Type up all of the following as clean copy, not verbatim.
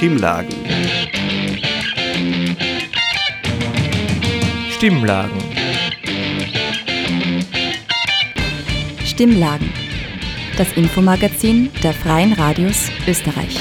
Stimmlagen. Stimmlagen. Stimmlagen. Das Infomagazin der Freien Radios Österreich.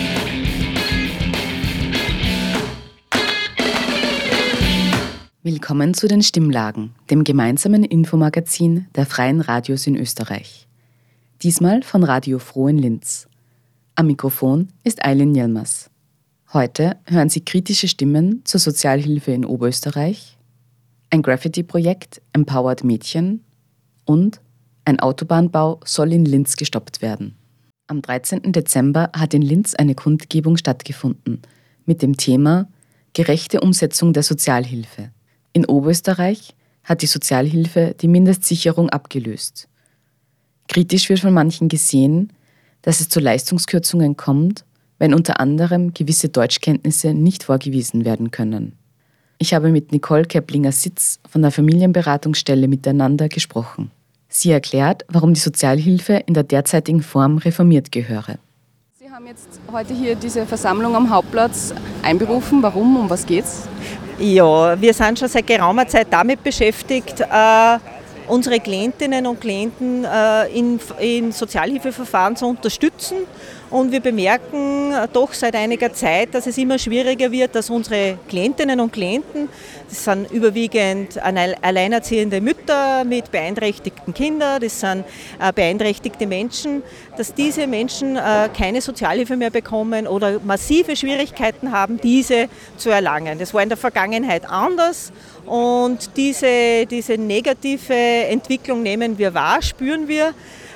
Willkommen zu den Stimmlagen, dem gemeinsamen Infomagazin der Freien Radios in Österreich. Diesmal von Radio Froh in Linz. Am Mikrofon ist Eileen Yilmaz. Heute hören Sie kritische Stimmen zur Sozialhilfe in Oberösterreich, ein Graffiti-Projekt Empowered Mädchen und ein Autobahnbau soll in Linz gestoppt werden. Am 13. Dezember hat in Linz eine Kundgebung stattgefunden mit dem Thema Gerechte Umsetzung der Sozialhilfe. In Oberösterreich hat die Sozialhilfe die Mindestsicherung abgelöst. Kritisch wird von manchen gesehen, dass es zu Leistungskürzungen kommt, wenn unter anderem gewisse Deutschkenntnisse nicht vorgewiesen werden können. Ich habe mit Nicole Keplinger-Sitz von der Familienberatungsstelle Miteinander gesprochen. Sie erklärt, warum die Sozialhilfe in der derzeitigen Form reformiert gehöre. Sie haben jetzt heute hier diese Versammlung am Hauptplatz einberufen. Warum? Um was geht's? Ja, wir sind schon seit geraumer Zeit damit beschäftigt, unsere Klientinnen und Klienten in Sozialhilfeverfahren zu unterstützen. Und wir bemerken doch seit einiger Zeit, dass es immer schwieriger wird, dass unsere Klientinnen und Klienten, das sind überwiegend alleinerziehende Mütter mit beeinträchtigten Kindern, das sind beeinträchtigte Menschen, dass diese Menschen keine Sozialhilfe mehr bekommen oder massive Schwierigkeiten haben, diese zu erlangen. Das war in der Vergangenheit anders. Und diese negative Entwicklung nehmen wir wahr, spüren wir.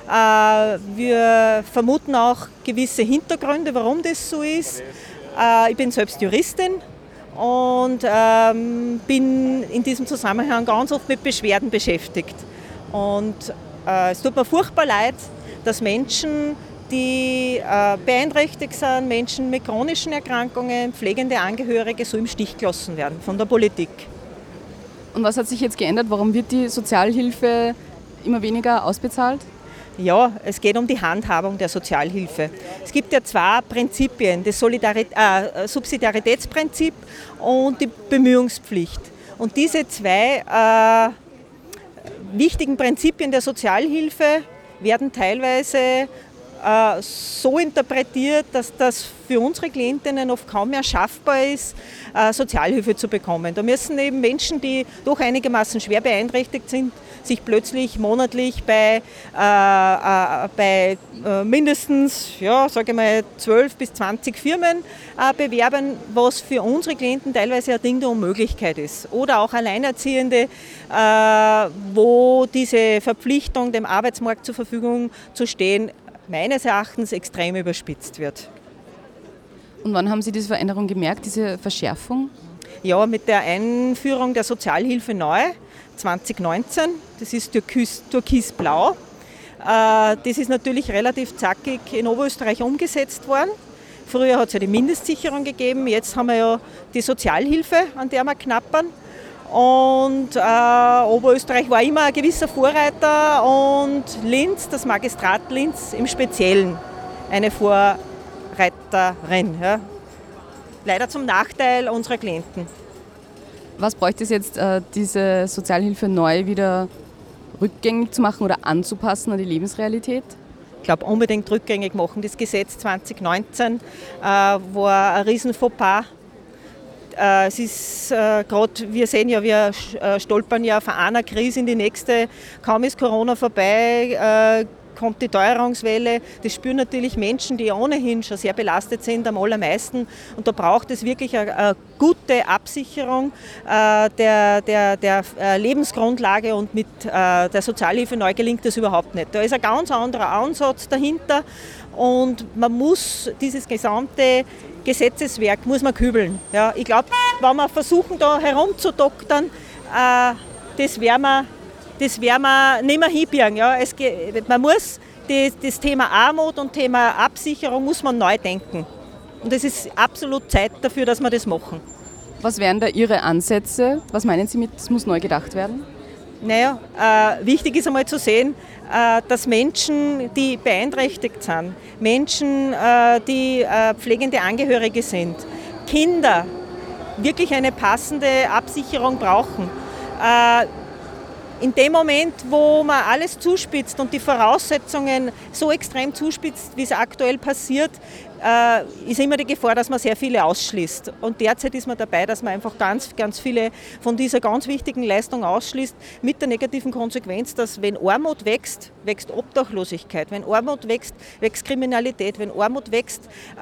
Wir vermuten auch gewisse Hintergründe, warum das so ist. Ich bin selbst Juristin und bin in diesem Zusammenhang ganz oft mit Beschwerden beschäftigt. Und es tut mir furchtbar leid, dass Menschen, die beeinträchtigt sind, Menschen mit chronischen Erkrankungen, pflegende Angehörige so im Stich gelassen werden von der Politik. Und was hat sich jetzt geändert? Warum wird die Sozialhilfe immer weniger ausbezahlt? Ja, es geht um die Handhabung der Sozialhilfe. Es gibt ja zwei Prinzipien, das Subsidiaritätsprinzip und die Bemühungspflicht. Und diese zwei wichtigen Prinzipien der Sozialhilfe werden teilweise so interpretiert, dass das für unsere Klientinnen oft kaum mehr schaffbar ist, Sozialhilfe zu bekommen. Da müssen eben Menschen, die doch einigermaßen schwer beeinträchtigt sind, sich plötzlich monatlich bei mindestens 12 bis 20 Firmen bewerben, was für unsere Klienten teilweise ein Ding der Unmöglichkeit ist. Oder auch Alleinerziehende, wo diese Verpflichtung, dem Arbeitsmarkt zur Verfügung zu stehen, meines Erachtens extrem überspitzt wird. Und wann haben Sie diese Veränderung gemerkt, diese Verschärfung? Ja, mit der Einführung der Sozialhilfe neu 2019, das ist türkisblau. Das ist natürlich relativ zackig in Oberösterreich umgesetzt worden. Früher hat es ja die Mindestsicherung gegeben, jetzt haben wir ja die Sozialhilfe, an der wir knappern. Und Oberösterreich war immer ein gewisser Vorreiter und Linz, das Magistrat Linz im Speziellen, eine Vorreiterin. Ja. Leider zum Nachteil unserer Klienten. Was bräuchte es jetzt, diese Sozialhilfe neu wieder rückgängig zu machen oder anzupassen an die Lebensrealität? Ich glaube, unbedingt rückgängig machen. Das Gesetz 2019 war ein riesen Fauxpas. Es ist gerade, wir sehen ja, wir stolpern ja von einer Krise in die nächste. Kaum ist Corona vorbei, kommt die Teuerungswelle. Das spüren natürlich Menschen, die ohnehin schon sehr belastet sind, am allermeisten. Und da braucht es wirklich eine gute Absicherung der Lebensgrundlage und mit der Sozialhilfe neu gelingt das überhaupt nicht. Da ist ein ganz anderer Ansatz dahinter und man muss dieses gesamte Gesetzeswerk muss man kübeln. Ja, ich glaube, wenn wir versuchen, da herumzudoktern, das werden wir nicht mehr hinbiegen. Ja. Man muss das Thema Armut und Thema Absicherung muss man neu denken. Und es ist absolut Zeit dafür, dass wir das machen. Was wären da Ihre Ansätze? Was meinen Sie mit, es muss neu gedacht werden? Naja, wichtig ist einmal zu sehen, dass Menschen, die beeinträchtigt sind, Menschen, die pflegende Angehörige sind, Kinder wirklich eine passende Absicherung brauchen. In dem Moment, wo man alles zuspitzt und die Voraussetzungen so extrem zuspitzt, wie es aktuell passiert, ist immer die Gefahr, dass man sehr viele ausschließt. Und derzeit ist man dabei, dass man einfach ganz, ganz viele von dieser ganz wichtigen Leistung ausschließt, mit der negativen Konsequenz, dass wenn Armut wächst, wächst Obdachlosigkeit. Wenn Armut wächst, wächst Kriminalität. Wenn Armut wächst,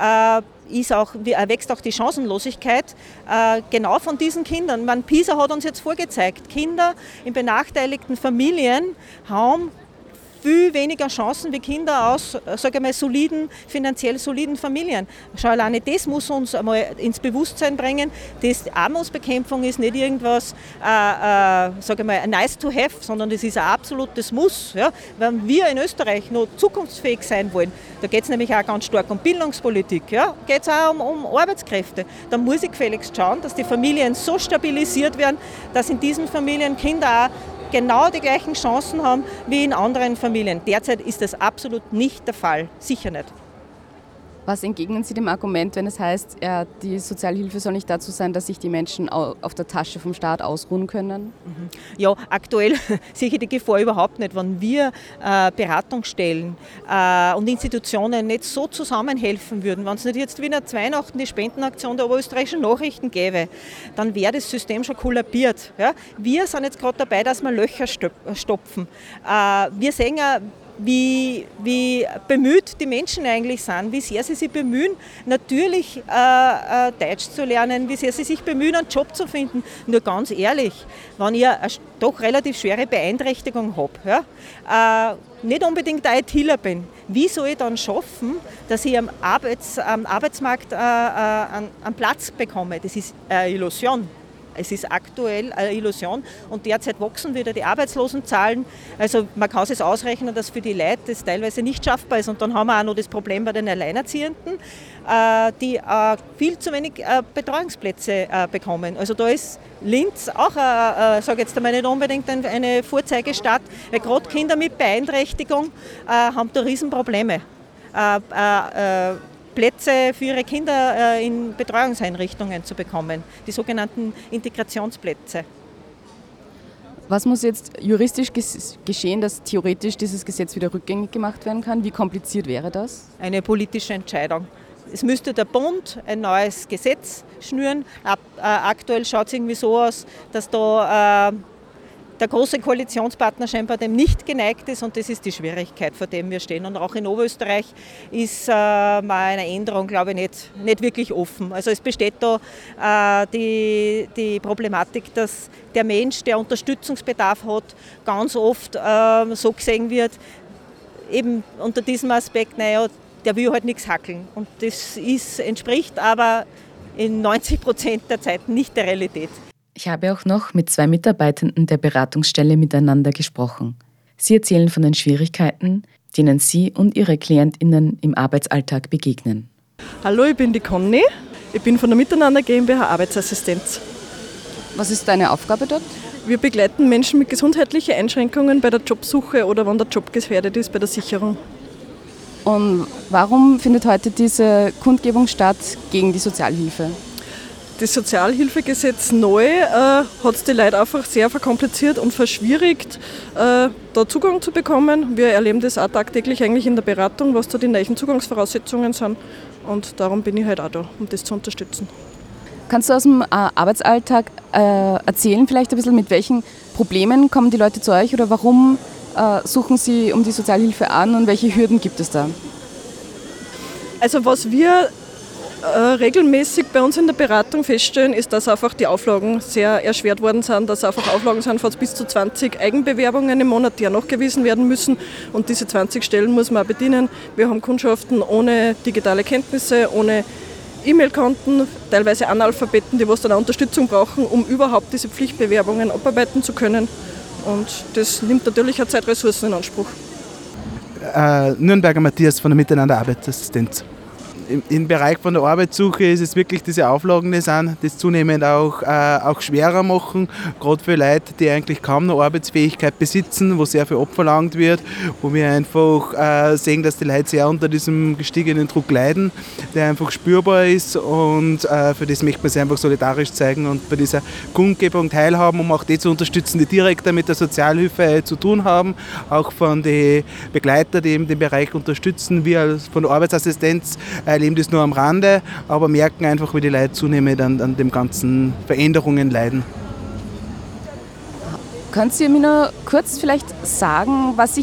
wächst auch die Chancenlosigkeit genau von diesen Kindern. PISA hat uns jetzt vorgezeigt, Kinder in benachteiligten Familien haben viel weniger Chancen wie Kinder aus, sage ich mal, finanziell soliden Familien. Schau, alleine das muss uns einmal ins Bewusstsein bringen. Armutsbekämpfung ist nicht irgendwas, sage ich mal, nice to have, sondern das ist ein absolutes Muss. Ja? Wenn wir in Österreich noch zukunftsfähig sein wollen, da geht es nämlich auch ganz stark um Bildungspolitik, ja? Geht es auch um Arbeitskräfte. Da muss ich gefälligst schauen, dass die Familien so stabilisiert werden, dass in diesen Familien Kinder auch genau die gleichen Chancen haben wie in anderen Familien. Derzeit ist das absolut nicht der Fall, sicher nicht. Was entgegnen Sie dem Argument, wenn es heißt, die Sozialhilfe soll nicht dazu sein, dass sich die Menschen auf der Tasche vom Staat ausruhen können? Ja, aktuell sehe ich die Gefahr überhaupt nicht. Wenn wir Beratungsstellen und Institutionen nicht so zusammenhelfen würden, wenn es nicht jetzt wieder zu Weihnachten die Spendenaktion der Oberösterreichischen Nachrichten gäbe, dann wäre das System schon kollabiert. Ja? Wir sind jetzt gerade dabei, dass wir Löcher stopfen. Wir sehen ja, wie bemüht die Menschen eigentlich sind, wie sehr sie sich bemühen, natürlich Deutsch zu lernen, wie sehr sie sich bemühen, einen Job zu finden. Nur ganz ehrlich, wenn ich eine doch relativ schwere Beeinträchtigung habe, ja, nicht unbedingt ein ITler bin, wie soll ich dann schaffen, dass ich am Arbeitsmarkt einen Platz bekomme? Das ist eine Illusion. Es ist aktuell eine Illusion und derzeit wachsen wieder die Arbeitslosenzahlen. Also man kann es ausrechnen, dass für die Leute das teilweise nicht schaffbar ist. Und dann haben wir auch noch das Problem bei den Alleinerziehenden, die viel zu wenig Betreuungsplätze bekommen. Also da ist Linz auch, sage jetzt einmal nicht unbedingt eine Vorzeigestadt, weil gerade Kinder mit Beeinträchtigung haben da Riesenprobleme. Plätze für ihre Kinder in Betreuungseinrichtungen zu bekommen, die sogenannten Integrationsplätze. Was muss jetzt juristisch geschehen, dass theoretisch dieses Gesetz wieder rückgängig gemacht werden kann? Wie kompliziert wäre das? Eine politische Entscheidung. Es müsste der Bund ein neues Gesetz schnüren. Aktuell schaut es irgendwie so aus, dass da der große Koalitionspartner scheinbar dem nicht geneigt ist und das ist die Schwierigkeit, vor der wir stehen. Und auch in Oberösterreich ist mal eine Änderung, glaube ich, nicht wirklich offen. Also es besteht da die Problematik, dass der Mensch, der Unterstützungsbedarf hat, ganz oft so gesehen wird, eben unter diesem Aspekt, naja, der will halt nichts hackeln. Und das entspricht aber in 90% der Zeit nicht der Realität. Ich habe auch noch mit 2 Mitarbeitenden der Beratungsstelle miteinander gesprochen. Sie erzählen von den Schwierigkeiten, denen sie und ihre KlientInnen im Arbeitsalltag begegnen. Hallo, ich bin die Conny. Ich bin von der Miteinander GmbH Arbeitsassistenz. Was ist deine Aufgabe dort? Wir begleiten Menschen mit gesundheitlichen Einschränkungen bei der Jobsuche oder wenn der Job gefährdet ist, bei der Sicherung. Und warum findet heute diese Kundgebung statt gegen die Sozialhilfe? Das Sozialhilfegesetz neu hat es die Leute einfach sehr verkompliziert und verschwierigt, da Zugang zu bekommen. Wir erleben das auch tagtäglich eigentlich in der Beratung, was da die neuen Zugangsvoraussetzungen sind. Und darum bin ich halt auch da, um das zu unterstützen. Kannst du aus dem Arbeitsalltag erzählen, vielleicht ein bisschen, mit welchen Problemen kommen die Leute zu euch oder warum suchen sie um die Sozialhilfe an und welche Hürden gibt es da? Also was wir regelmäßig bei uns in der Beratung feststellen, ist, dass einfach die Auflagen sehr erschwert worden sind, dass einfach Auflagen sind von bis zu 20 Eigenbewerbungen im Monat, die ja nachgewiesen werden müssen und diese 20 Stellen muss man auch bedienen. Wir haben Kundschaften ohne digitale Kenntnisse, ohne E-Mail-Konten, teilweise Analphabeten, die dann auch Unterstützung brauchen, um überhaupt diese Pflichtbewerbungen abarbeiten zu können und das nimmt natürlich auch Zeitressourcen in Anspruch. Nürnberger Matthias von der Miteinander Arbeitsassistenz. im Bereich von der Arbeitssuche ist es wirklich diese Auflagen, die sind, das zunehmend auch schwerer machen, gerade für Leute, die eigentlich kaum noch Arbeitsfähigkeit besitzen, wo sehr viel abverlangt wird, wo wir einfach sehen, dass die Leute sehr unter diesem gestiegenen Druck leiden, der einfach spürbar ist, und für das möchte man sich einfach solidarisch zeigen und bei dieser Kundgebung teilhaben, um auch die zu unterstützen, die direkt mit der Sozialhilfe zu tun haben, auch von den Begleitern, die eben den Bereich unterstützen. Wir von der Arbeitsassistenz erleben das nur am Rande, aber merken einfach, wie die Leute zunehmend an den ganzen Veränderungen leiden. Könnt ihr mir nur kurz vielleicht sagen, was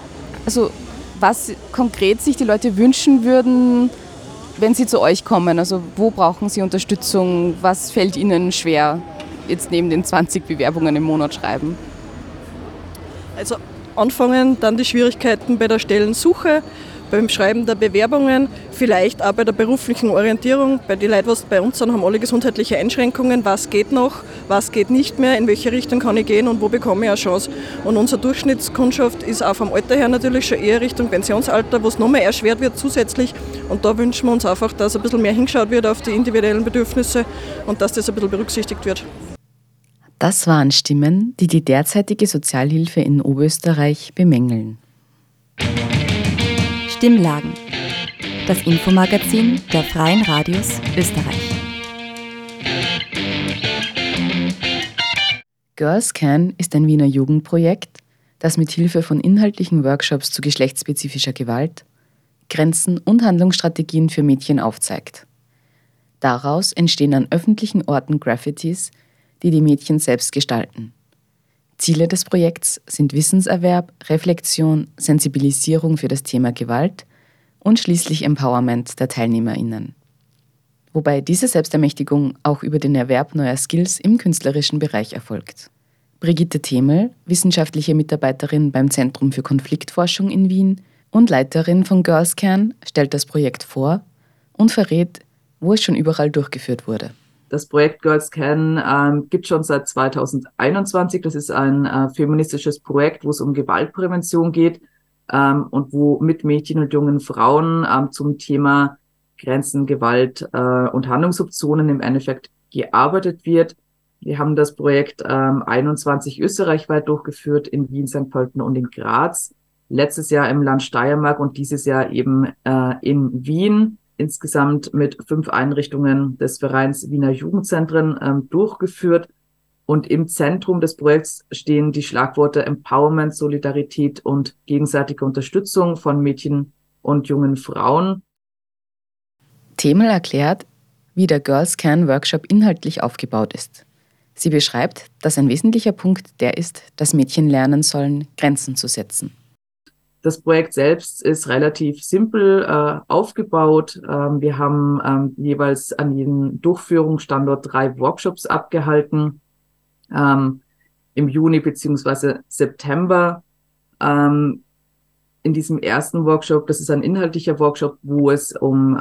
konkret sich die Leute wünschen würden, wenn sie zu euch kommen? Also wo brauchen sie Unterstützung? Was fällt ihnen schwer, jetzt neben den 20 Bewerbungen im Monat schreiben? Also anfangen dann die Schwierigkeiten bei der Stellensuche, beim Schreiben der Bewerbungen, vielleicht auch bei der beruflichen Orientierung. Bei den Leuten, die bei uns sind, haben alle gesundheitliche Einschränkungen. Was geht noch, was geht nicht mehr, in welche Richtung kann ich gehen und wo bekomme ich eine Chance. Und unsere Durchschnittskundschaft ist auch vom Alter her natürlich schon eher Richtung Pensionsalter, wo es noch mehr erschwert wird zusätzlich. Und da wünschen wir uns einfach, dass ein bisschen mehr hingeschaut wird auf die individuellen Bedürfnisse und dass das ein bisschen berücksichtigt wird. Das waren Stimmen, die die derzeitige Sozialhilfe in Oberösterreich bemängeln. Stimmlagen. Das Infomagazin der Freien Radios Österreich. Girls Can ist ein Wiener Jugendprojekt, das mit Hilfe von inhaltlichen Workshops zu geschlechtsspezifischer Gewalt Grenzen und Handlungsstrategien für Mädchen aufzeigt. Daraus entstehen an öffentlichen Orten Graffitis, die die Mädchen selbst gestalten. Ziele des Projekts sind Wissenserwerb, Reflexion, Sensibilisierung für das Thema Gewalt und schließlich Empowerment der TeilnehmerInnen. Wobei diese Selbstermächtigung auch über den Erwerb neuer Skills im künstlerischen Bereich erfolgt. Brigitte Themel, wissenschaftliche Mitarbeiterin beim Zentrum für Konfliktforschung in Wien und Leiterin von Girls Can, stellt das Projekt vor und verrät, wo es schon überall durchgeführt wurde. Das Projekt Girls Can gibt schon seit 2021. Das ist ein feministisches Projekt, wo es um Gewaltprävention geht und wo mit Mädchen und jungen Frauen zum Thema Grenzen, Gewalt und Handlungsoptionen im Endeffekt gearbeitet wird. Wir haben das Projekt 21 österreichweit durchgeführt, in Wien, St. Pölten und in Graz. Letztes Jahr im Land Steiermark und dieses Jahr eben in Wien. Insgesamt mit 5 Einrichtungen des Vereins Wiener Jugendzentren durchgeführt. Und im Zentrum des Projekts stehen die Schlagworte Empowerment, Solidarität und gegenseitige Unterstützung von Mädchen und jungen Frauen. Themel erklärt, wie der Girls Can Workshop inhaltlich aufgebaut ist. Sie beschreibt, dass ein wesentlicher Punkt der ist, dass Mädchen lernen sollen, Grenzen zu setzen. Das Projekt selbst ist relativ simpel aufgebaut. Wir haben jeweils an jedem Durchführungsstandort 3 Workshops abgehalten im Juni bzw. September. In diesem ersten Workshop, das ist ein inhaltlicher Workshop, wo es um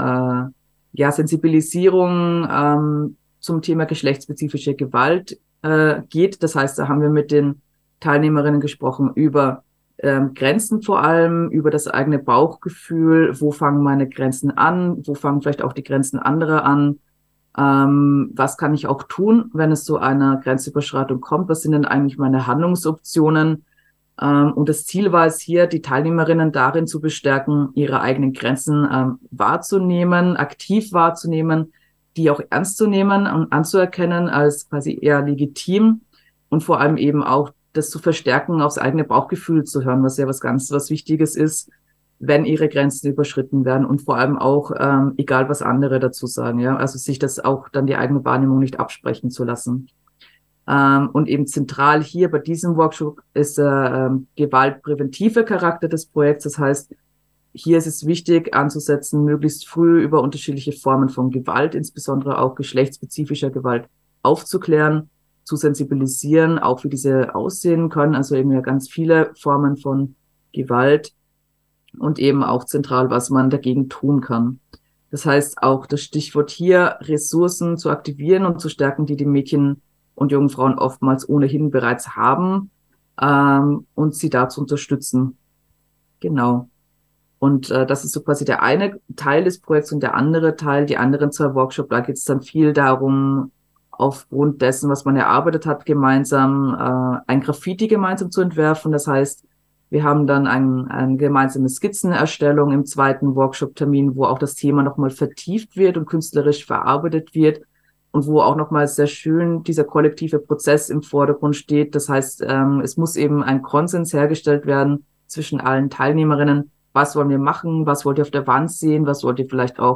Sensibilisierung zum Thema geschlechtsspezifische Gewalt geht. Das heißt, da haben wir mit den Teilnehmerinnen gesprochen über Grenzen, vor allem über das eigene Bauchgefühl. Wo fangen meine Grenzen an? Wo fangen vielleicht auch die Grenzen anderer an? Was kann ich auch tun, wenn es zu einer Grenzüberschreitung kommt? Was sind denn eigentlich meine Handlungsoptionen? Und das Ziel war es hier, die Teilnehmerinnen darin zu bestärken, ihre eigenen Grenzen wahrzunehmen, aktiv wahrzunehmen, die auch ernst zu nehmen und anzuerkennen als quasi eher legitim und vor allem eben auch das zu verstärken, aufs eigene Bauchgefühl zu hören, was ja was Wichtiges ist, wenn ihre Grenzen überschritten werden und vor allem auch, egal was andere dazu sagen, ja, also sich das auch dann die eigene Wahrnehmung nicht absprechen zu lassen. Und eben zentral hier bei diesem Workshop ist der gewaltpräventive Charakter des Projekts. Das heißt, hier ist es wichtig anzusetzen, möglichst früh über unterschiedliche Formen von Gewalt, insbesondere auch geschlechtsspezifischer Gewalt, aufzuklären, zu sensibilisieren, auch wie diese aussehen können, also eben ja ganz viele Formen von Gewalt und eben auch zentral, was man dagegen tun kann. Das heißt auch das Stichwort hier, Ressourcen zu aktivieren und zu stärken, die die Mädchen und jungen Frauen oftmals ohnehin bereits haben und sie da zu unterstützen. Genau. Und das ist so quasi der eine Teil des Projekts und der andere Teil, die anderen 2 Workshops, da geht es dann viel darum, aufgrund dessen, was man erarbeitet hat, gemeinsam ein Graffiti gemeinsam zu entwerfen. Das heißt, wir haben dann eine gemeinsame Skizzenerstellung im 2. Workshop-Termin, wo auch das Thema nochmal vertieft wird und künstlerisch verarbeitet wird und wo auch nochmal sehr schön dieser kollektive Prozess im Vordergrund steht. Das heißt, es muss eben ein Konsens hergestellt werden zwischen allen Teilnehmerinnen. Was wollen wir machen? Was wollt ihr auf der Wand sehen? Was wollt ihr vielleicht auch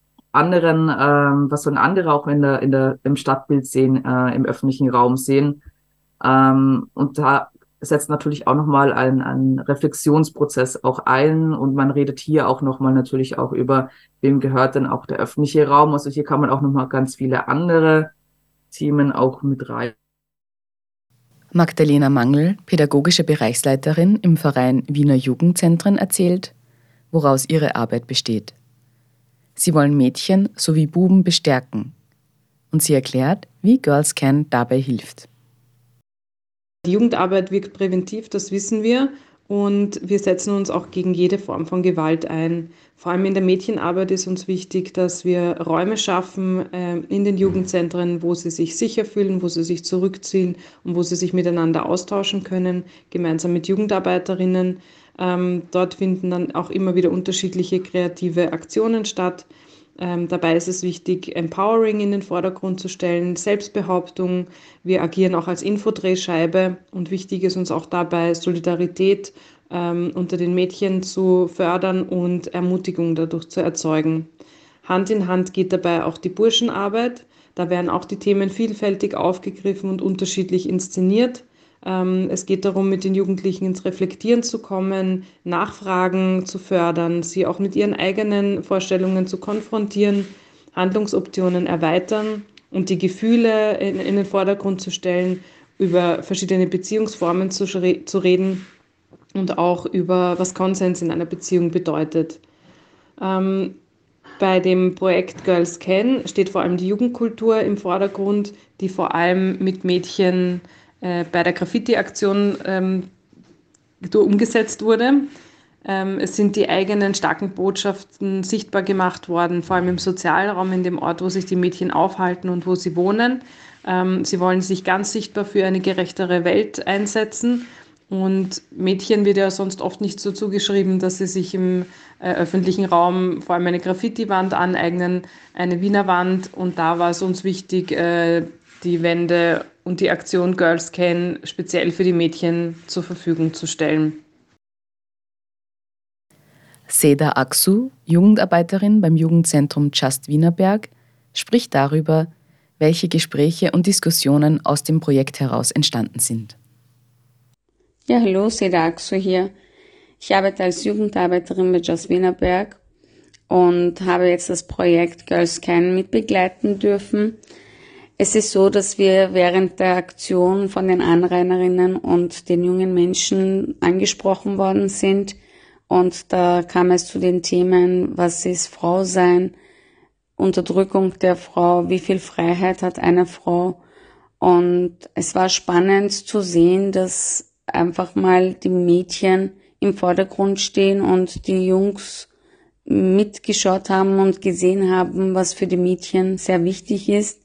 was sollen andere auch im Stadtbild sehen, im öffentlichen Raum sehen? Und da setzt natürlich auch nochmal ein Reflexionsprozess auch ein und man redet hier auch nochmal natürlich auch über, wem gehört denn auch der öffentliche Raum. Also hier kann man auch nochmal ganz viele andere Themen auch mit rein. Magdalena Mangl, pädagogische Bereichsleiterin im Verein Wiener Jugendzentren, erzählt, woraus ihre Arbeit besteht. Sie wollen Mädchen sowie Buben bestärken. Und sie erklärt, wie Girls Can dabei hilft. Die Jugendarbeit wirkt präventiv, das wissen wir. Und wir setzen uns auch gegen jede Form von Gewalt ein. Vor allem in der Mädchenarbeit ist uns wichtig, dass wir Räume schaffen in den Jugendzentren, wo sie sich sicher fühlen, wo sie sich zurückziehen und wo sie sich miteinander austauschen können, gemeinsam mit Jugendarbeiterinnen. Dort finden dann auch immer wieder unterschiedliche kreative Aktionen statt. Dabei ist es wichtig, Empowering in den Vordergrund zu stellen, Selbstbehauptung. Wir agieren auch als Infodrehscheibe und wichtig ist uns auch dabei, Solidarität unter den Mädchen zu fördern und Ermutigung dadurch zu erzeugen. Hand in Hand geht dabei auch die Burschenarbeit. Da werden auch die Themen vielfältig aufgegriffen und unterschiedlich inszeniert. Es geht darum, mit den Jugendlichen ins Reflektieren zu kommen, Nachfragen zu fördern, sie auch mit ihren eigenen Vorstellungen zu konfrontieren, Handlungsoptionen erweitern und die Gefühle in den Vordergrund zu stellen, über verschiedene Beziehungsformen zu reden und auch über, was Konsens in einer Beziehung bedeutet. Bei dem Projekt Girls Can steht vor allem die Jugendkultur im Vordergrund, die vor allem mit Mädchen bei der Graffiti-Aktion umgesetzt wurde. Es sind die eigenen starken Botschaften sichtbar gemacht worden, vor allem im Sozialraum, in dem Ort, wo sich die Mädchen aufhalten und wo sie wohnen. Sie wollen sich ganz sichtbar für eine gerechtere Welt einsetzen. Und Mädchen wird ja sonst oft nicht so zugeschrieben, dass sie sich im öffentlichen Raum vor allem eine Graffiti-Wand aneignen, eine Wiener Wand. Und da war es uns wichtig, die Wände und die Aktion Girls Can speziell für die Mädchen zur Verfügung zu stellen. Seda Aksu, Jugendarbeiterin beim Jugendzentrum Just Wienerberg, spricht darüber, welche Gespräche und Diskussionen aus dem Projekt heraus entstanden sind. Ja, hallo, Seda Aksu hier. Ich arbeite als Jugendarbeiterin bei Just Wienerberg und habe jetzt das Projekt Girls Can mitbegleiten dürfen. Es ist so, dass wir während der Aktion von den Anrainerinnen und den jungen Menschen angesprochen worden sind. Und da kam es zu den Themen, was ist Frau sein, Unterdrückung der Frau, wie viel Freiheit hat eine Frau. Und es war spannend zu sehen, dass einfach mal die Mädchen im Vordergrund stehen und die Jungs mitgeschaut haben und gesehen haben, was für die Mädchen sehr wichtig ist.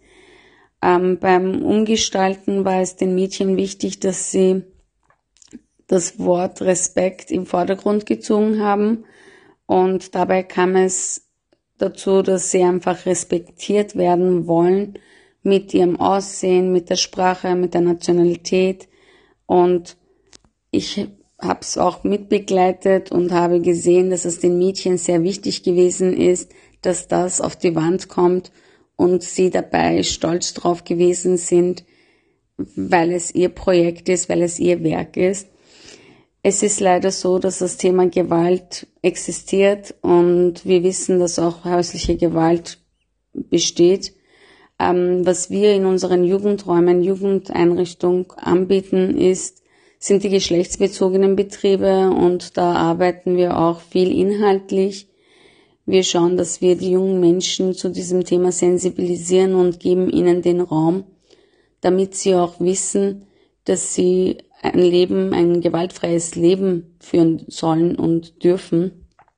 Beim Umgestalten war es den Mädchen wichtig, dass sie das Wort Respekt im Vordergrund gezogen haben und dabei kam es dazu, dass sie einfach respektiert werden wollen mit ihrem Aussehen, mit der Sprache, mit der Nationalität und ich habe es auch mitbegleitet und habe gesehen, dass es den Mädchen sehr wichtig gewesen ist, dass das auf die Wand kommt und sie dabei stolz drauf gewesen sind, weil es ihr Projekt ist, weil es ihr Werk ist. Es ist leider so, dass das Thema Gewalt existiert und wir wissen, dass auch häusliche Gewalt besteht. Was wir in unseren Jugendräumen, Jugendeinrichtungen anbieten, sind die geschlechtsbezogenen Betriebe und da arbeiten wir auch viel inhaltlich. Wir schauen, dass wir die jungen Menschen zu diesem Thema sensibilisieren und geben ihnen den Raum, damit sie auch wissen, dass sie ein gewaltfreies Leben führen sollen und dürfen.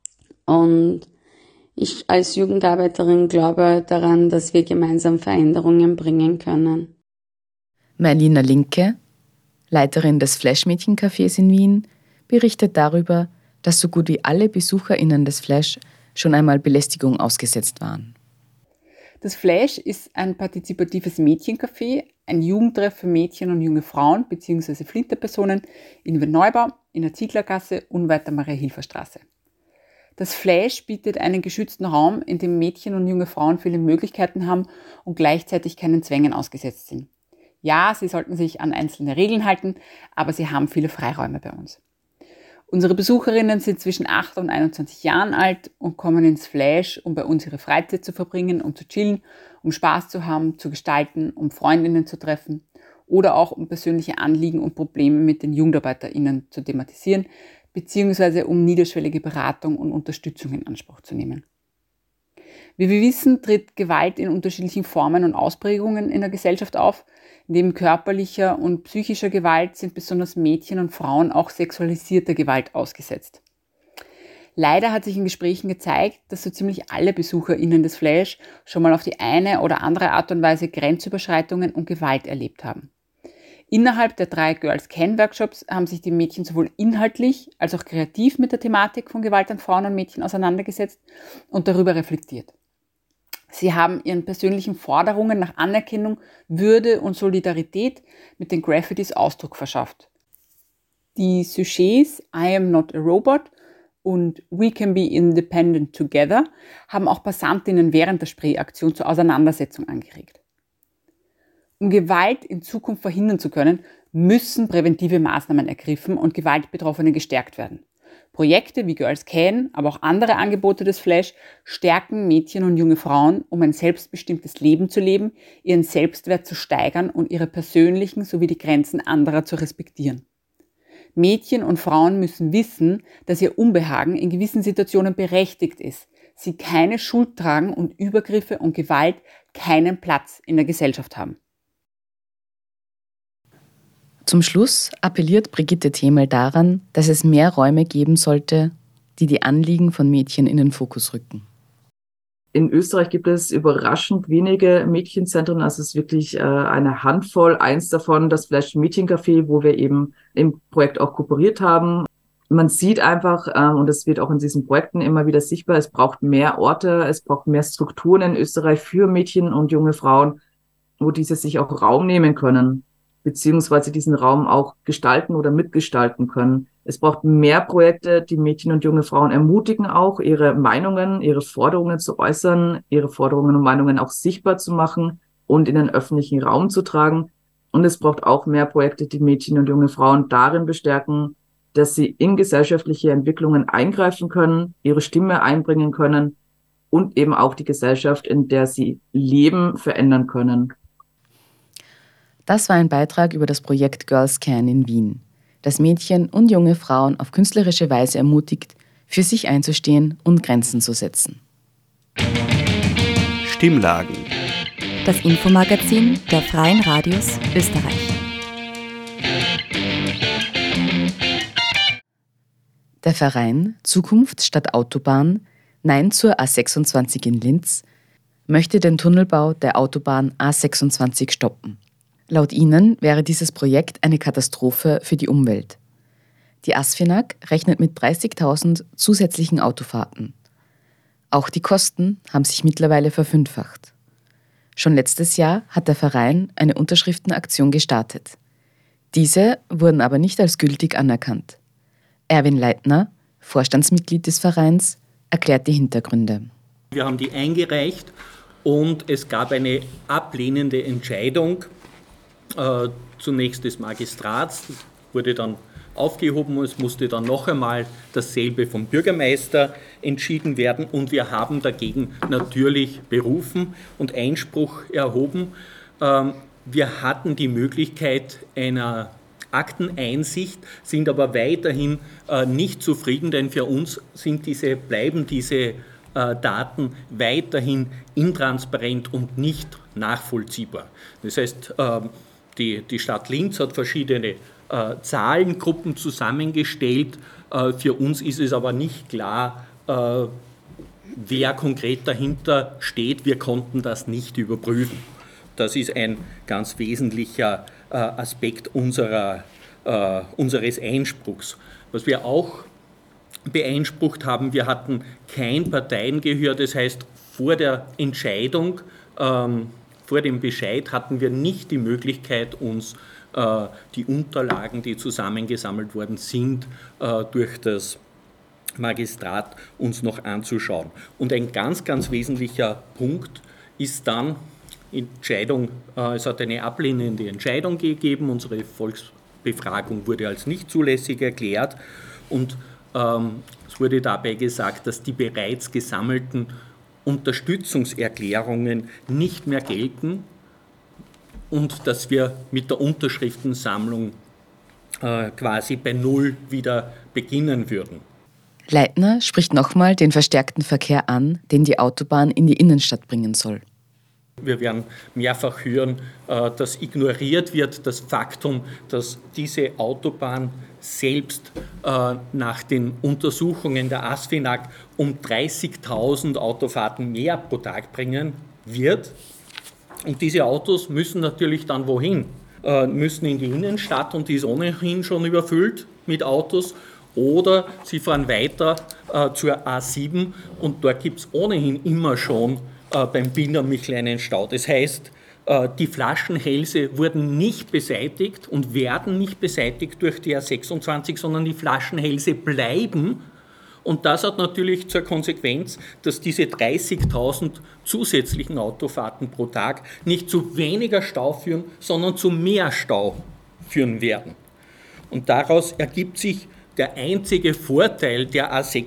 Und ich als Jugendarbeiterin glaube daran, dass wir gemeinsam Veränderungen bringen können. Marlina Linke, Leiterin des Flash-Mädchencafés in Wien, berichtet darüber, dass so gut wie alle BesucherInnen des Flash schon einmal Belästigung ausgesetzt waren. Das Flash ist ein partizipatives Mädchencafé, ein Jugendtreff für Mädchen und junge Frauen bzw. Flinterpersonen in Wien-Neubau, in der Zieglergasse unweit der Maria-Hilfer-Straße. Das Flash bietet einen geschützten Raum, in dem Mädchen und junge Frauen viele Möglichkeiten haben und gleichzeitig keinen Zwängen ausgesetzt sind. Ja, sie sollten sich an einzelne Regeln halten, aber sie haben viele Freiräume bei uns. Unsere Besucherinnen sind zwischen 8 und 21 Jahren alt und kommen ins Flash, um bei uns ihre Freizeit zu verbringen, um zu chillen, um Spaß zu haben, zu gestalten, um Freundinnen zu treffen oder auch um persönliche Anliegen und Probleme mit den JugendarbeiterInnen zu thematisieren, beziehungsweise um niederschwellige Beratung und Unterstützung in Anspruch zu nehmen. Wie wir wissen, tritt Gewalt in unterschiedlichen Formen und Ausprägungen in der Gesellschaft auf. Neben körperlicher und psychischer Gewalt sind besonders Mädchen und Frauen auch sexualisierter Gewalt ausgesetzt. Leider hat sich in Gesprächen gezeigt, dass so ziemlich alle BesucherInnen des Flash schon mal auf die eine oder andere Art und Weise Grenzüberschreitungen und Gewalt erlebt haben. Innerhalb der 3 Girls Can Workshops haben sich die Mädchen sowohl inhaltlich als auch kreativ mit der Thematik von Gewalt an Frauen und Mädchen auseinandergesetzt und darüber reflektiert. Sie haben ihren persönlichen Forderungen nach Anerkennung, Würde und Solidarität mit den Graffitis Ausdruck verschafft. Die Sujets I am not a robot und We can be independent together haben auch Passantinnen während der Sprayaktion zur Auseinandersetzung angeregt. Um Gewalt in Zukunft verhindern zu können, müssen präventive Maßnahmen ergriffen und Gewaltbetroffene gestärkt werden. Projekte wie Girls Can, aber auch andere Angebote des Flash stärken Mädchen und junge Frauen, um ein selbstbestimmtes Leben zu leben, ihren Selbstwert zu steigern und ihre persönlichen sowie die Grenzen anderer zu respektieren. Mädchen und Frauen müssen wissen, dass ihr Unbehagen in gewissen Situationen berechtigt ist, sie keine Schuld tragen und Übergriffe und Gewalt keinen Platz in der Gesellschaft haben. Zum Schluss appelliert Brigitte Themel daran, dass es mehr Räume geben sollte, die die Anliegen von Mädchen in den Fokus rücken. In Österreich gibt es überraschend wenige Mädchenzentren, also es ist wirklich eine Handvoll. Eins davon, das Flash Mädchencafé, wo wir eben im Projekt auch kooperiert haben. Man sieht einfach, und das wird auch in diesen Projekten immer wieder sichtbar, es braucht mehr Orte, es braucht mehr Strukturen in Österreich für Mädchen und junge Frauen, wo diese sich auch Raum nehmen können, beziehungsweise diesen Raum auch gestalten oder mitgestalten können. Es braucht mehr Projekte, die Mädchen und junge Frauen ermutigen auch, ihre Meinungen, ihre Forderungen zu äußern, ihre Forderungen und Meinungen auch sichtbar zu machen und in den öffentlichen Raum zu tragen. Und es braucht auch mehr Projekte, die Mädchen und junge Frauen darin bestärken, dass sie in gesellschaftliche Entwicklungen eingreifen können, ihre Stimme einbringen können und eben auch die Gesellschaft, in der sie leben, verändern können. Das war ein Beitrag über das Projekt Girls Can in Wien, das Mädchen und junge Frauen auf künstlerische Weise ermutigt, für sich einzustehen und Grenzen zu setzen. Stimmlagen. Das Infomagazin der Freien Radios Österreich. Der Verein Zukunft statt Autobahn, Nein zur A26 in Linz, möchte den Tunnelbau der Autobahn A26 stoppen. Laut ihnen wäre dieses Projekt eine Katastrophe für die Umwelt. Die ASFINAG rechnet mit 30.000 zusätzlichen Autofahrten. Auch die Kosten haben sich mittlerweile verfünffacht. Schon letztes Jahr hat der Verein eine Unterschriftenaktion gestartet. Diese wurden aber nicht als gültig anerkannt. Erwin Leitner, Vorstandsmitglied des Vereins, erklärt die Hintergründe. Wir haben die eingereicht und es gab eine ablehnende Entscheidung. Zunächst des Magistrats, das wurde dann aufgehoben, es musste dann noch einmal dasselbe vom Bürgermeister entschieden werden und wir haben dagegen natürlich berufen und Einspruch erhoben. Wir hatten die Möglichkeit einer Akteneinsicht, sind aber weiterhin nicht zufrieden, denn für uns bleiben diese Daten weiterhin intransparent und nicht nachvollziehbar. Das heißt, die Stadt Linz hat verschiedene Zahlengruppen zusammengestellt. Für uns ist es aber nicht klar, wer konkret dahinter steht, wir konnten das nicht überprüfen. Das ist ein ganz wesentlicher Aspekt unseres Einspruchs. Was wir auch beeinsprucht haben, wir hatten kein Parteiengehör, das heißt, vor der Entscheidung, vor dem Bescheid hatten wir nicht die Möglichkeit, uns die Unterlagen, die zusammengesammelt worden sind, durch das Magistrat uns noch anzuschauen. Und ein ganz, ganz wesentlicher Punkt ist dann Entscheidung, es hat eine ablehnende Entscheidung gegeben, unsere Volksbefragung wurde als nicht zulässig erklärt und es wurde dabei gesagt, dass die bereits gesammelten Unterstützungserklärungen nicht mehr gelten und dass wir mit der Unterschriftensammlung quasi bei Null wieder beginnen würden. Leitner spricht nochmal den verstärkten Verkehr an, den die Autobahn in die Innenstadt bringen soll. Wir werden mehrfach hören, dass ignoriert wird das Faktum, dass diese Autobahn selbst nach den Untersuchungen der ASFINAG um 30.000 Autofahrten mehr pro Tag bringen wird. Und diese Autos müssen natürlich dann wohin? Müssen in die Innenstadt und die ist ohnehin schon überfüllt mit Autos. Oder sie fahren weiter zur A7 und dort gibt es ohnehin immer schon beim Bindermichel einen Stau. Das heißt, die Flaschenhälse wurden nicht beseitigt und werden nicht beseitigt durch die A26, sondern die Flaschenhälse bleiben. Und das hat natürlich zur Konsequenz, dass diese 30.000 zusätzlichen Autofahrten pro Tag nicht zu weniger Stau führen, sondern zu mehr Stau führen werden. Und daraus ergibt sich der einzige Vorteil der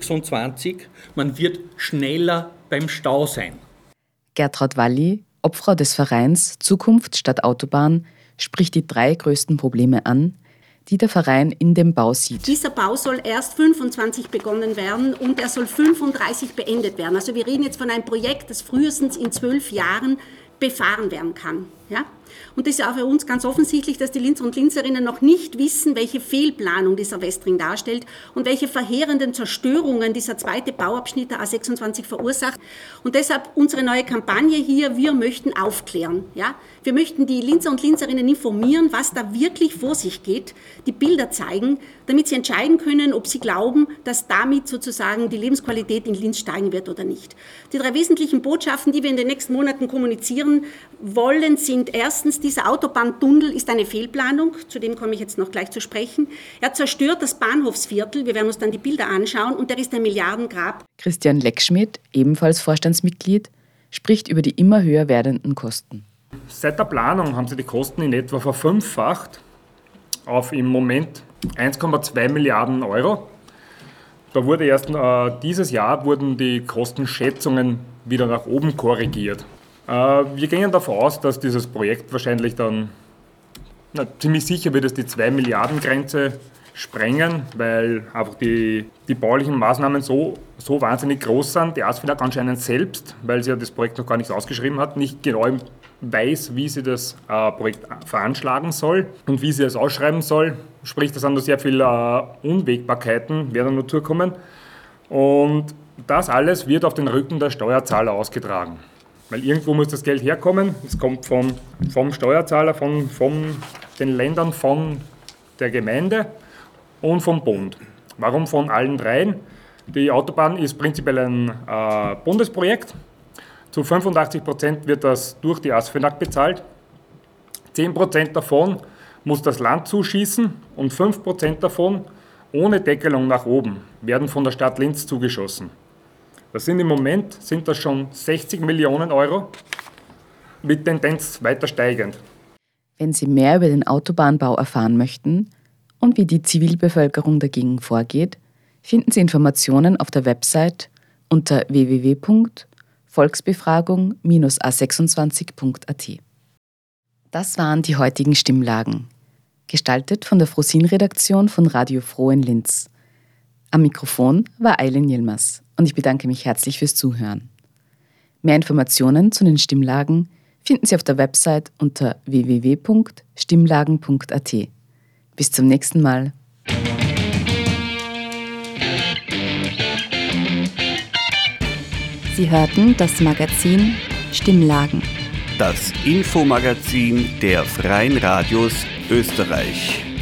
A26, man wird schneller beim Stau sein. Gertraud Walli, Obfrau des Vereins Zukunft statt Autobahn, spricht die 3 größten Probleme an, die der Verein in dem Bau sieht. Dieser Bau soll erst 25 begonnen werden und er soll 35 beendet werden. Also wir reden jetzt von einem Projekt, das frühestens in 12 Jahren befahren werden kann. Ja? Und das ist auch für uns ganz offensichtlich, dass die Linzer und Linzerinnen noch nicht wissen, welche Fehlplanung dieser Westring darstellt und welche verheerenden Zerstörungen dieser zweite Bauabschnitt der A26 verursacht. Und deshalb unsere neue Kampagne hier, wir möchten aufklären. Ja? Wir möchten die Linzer und Linzerinnen informieren, was da wirklich vor sich geht, die Bilder zeigen, damit sie entscheiden können, ob sie glauben, dass damit sozusagen die Lebensqualität in Linz steigen wird oder nicht. Die 3 wesentlichen Botschaften, die wir in den nächsten Monaten kommunizieren wollen, sind erstens, dieser Autobahntunnel ist eine Fehlplanung, zu dem komme ich jetzt noch gleich zu sprechen. Er zerstört das Bahnhofsviertel, wir werden uns dann die Bilder anschauen, und der ist ein Milliardengrab. Christian Leckschmidt, ebenfalls Vorstandsmitglied, spricht über die immer höher werdenden Kosten. Seit der Planung haben sie die Kosten in etwa verfünffacht auf im Moment 1,2 Milliarden Euro. Da wurde erst dieses Jahr wurden die Kostenschätzungen wieder nach oben korrigiert. Wir gehen davon aus, dass dieses Projekt wahrscheinlich dann, ziemlich sicher wird es die 2 Milliarden Grenze sprengen, weil einfach die baulichen Maßnahmen so wahnsinnig groß sind. Die ASFINAG anscheinend selbst, weil sie ja das Projekt noch gar nicht ausgeschrieben hat, nicht genau weiß, wie sie das Projekt veranschlagen soll und wie sie es ausschreiben soll. Sprich, da sind noch sehr viele Unwägbarkeiten, werden noch zukommen. Und das alles wird auf den Rücken der Steuerzahler ausgetragen. Weil irgendwo muss das Geld herkommen. Es kommt vom Steuerzahler, von den Ländern, von der Gemeinde und vom Bund. Warum von allen 3? Die Autobahn ist prinzipiell ein Bundesprojekt. Zu 85% wird das durch die ASFINAG bezahlt. 10% davon muss das Land zuschießen und 5% davon, ohne Deckelung nach oben, werden von der Stadt Linz zugeschossen. Das sind im Moment schon 60 Millionen Euro, mit Tendenz weiter steigend. Wenn Sie mehr über den Autobahnbau erfahren möchten und wie die Zivilbevölkerung dagegen vorgeht, finden Sie Informationen auf der Website unter www.volksbefragung-a26.at. Das waren die heutigen Stimmlagen, gestaltet von der Frosin-Redaktion von Radio Froh in Linz. Am Mikrofon war Eileen Yilmaz und ich bedanke mich herzlich fürs Zuhören. Mehr Informationen zu den Stimmlagen finden Sie auf der Website unter www.stimmlagen.at. Bis zum nächsten Mal. Sie hörten das Magazin Stimmlagen. Das Infomagazin der Freien Radios Österreich.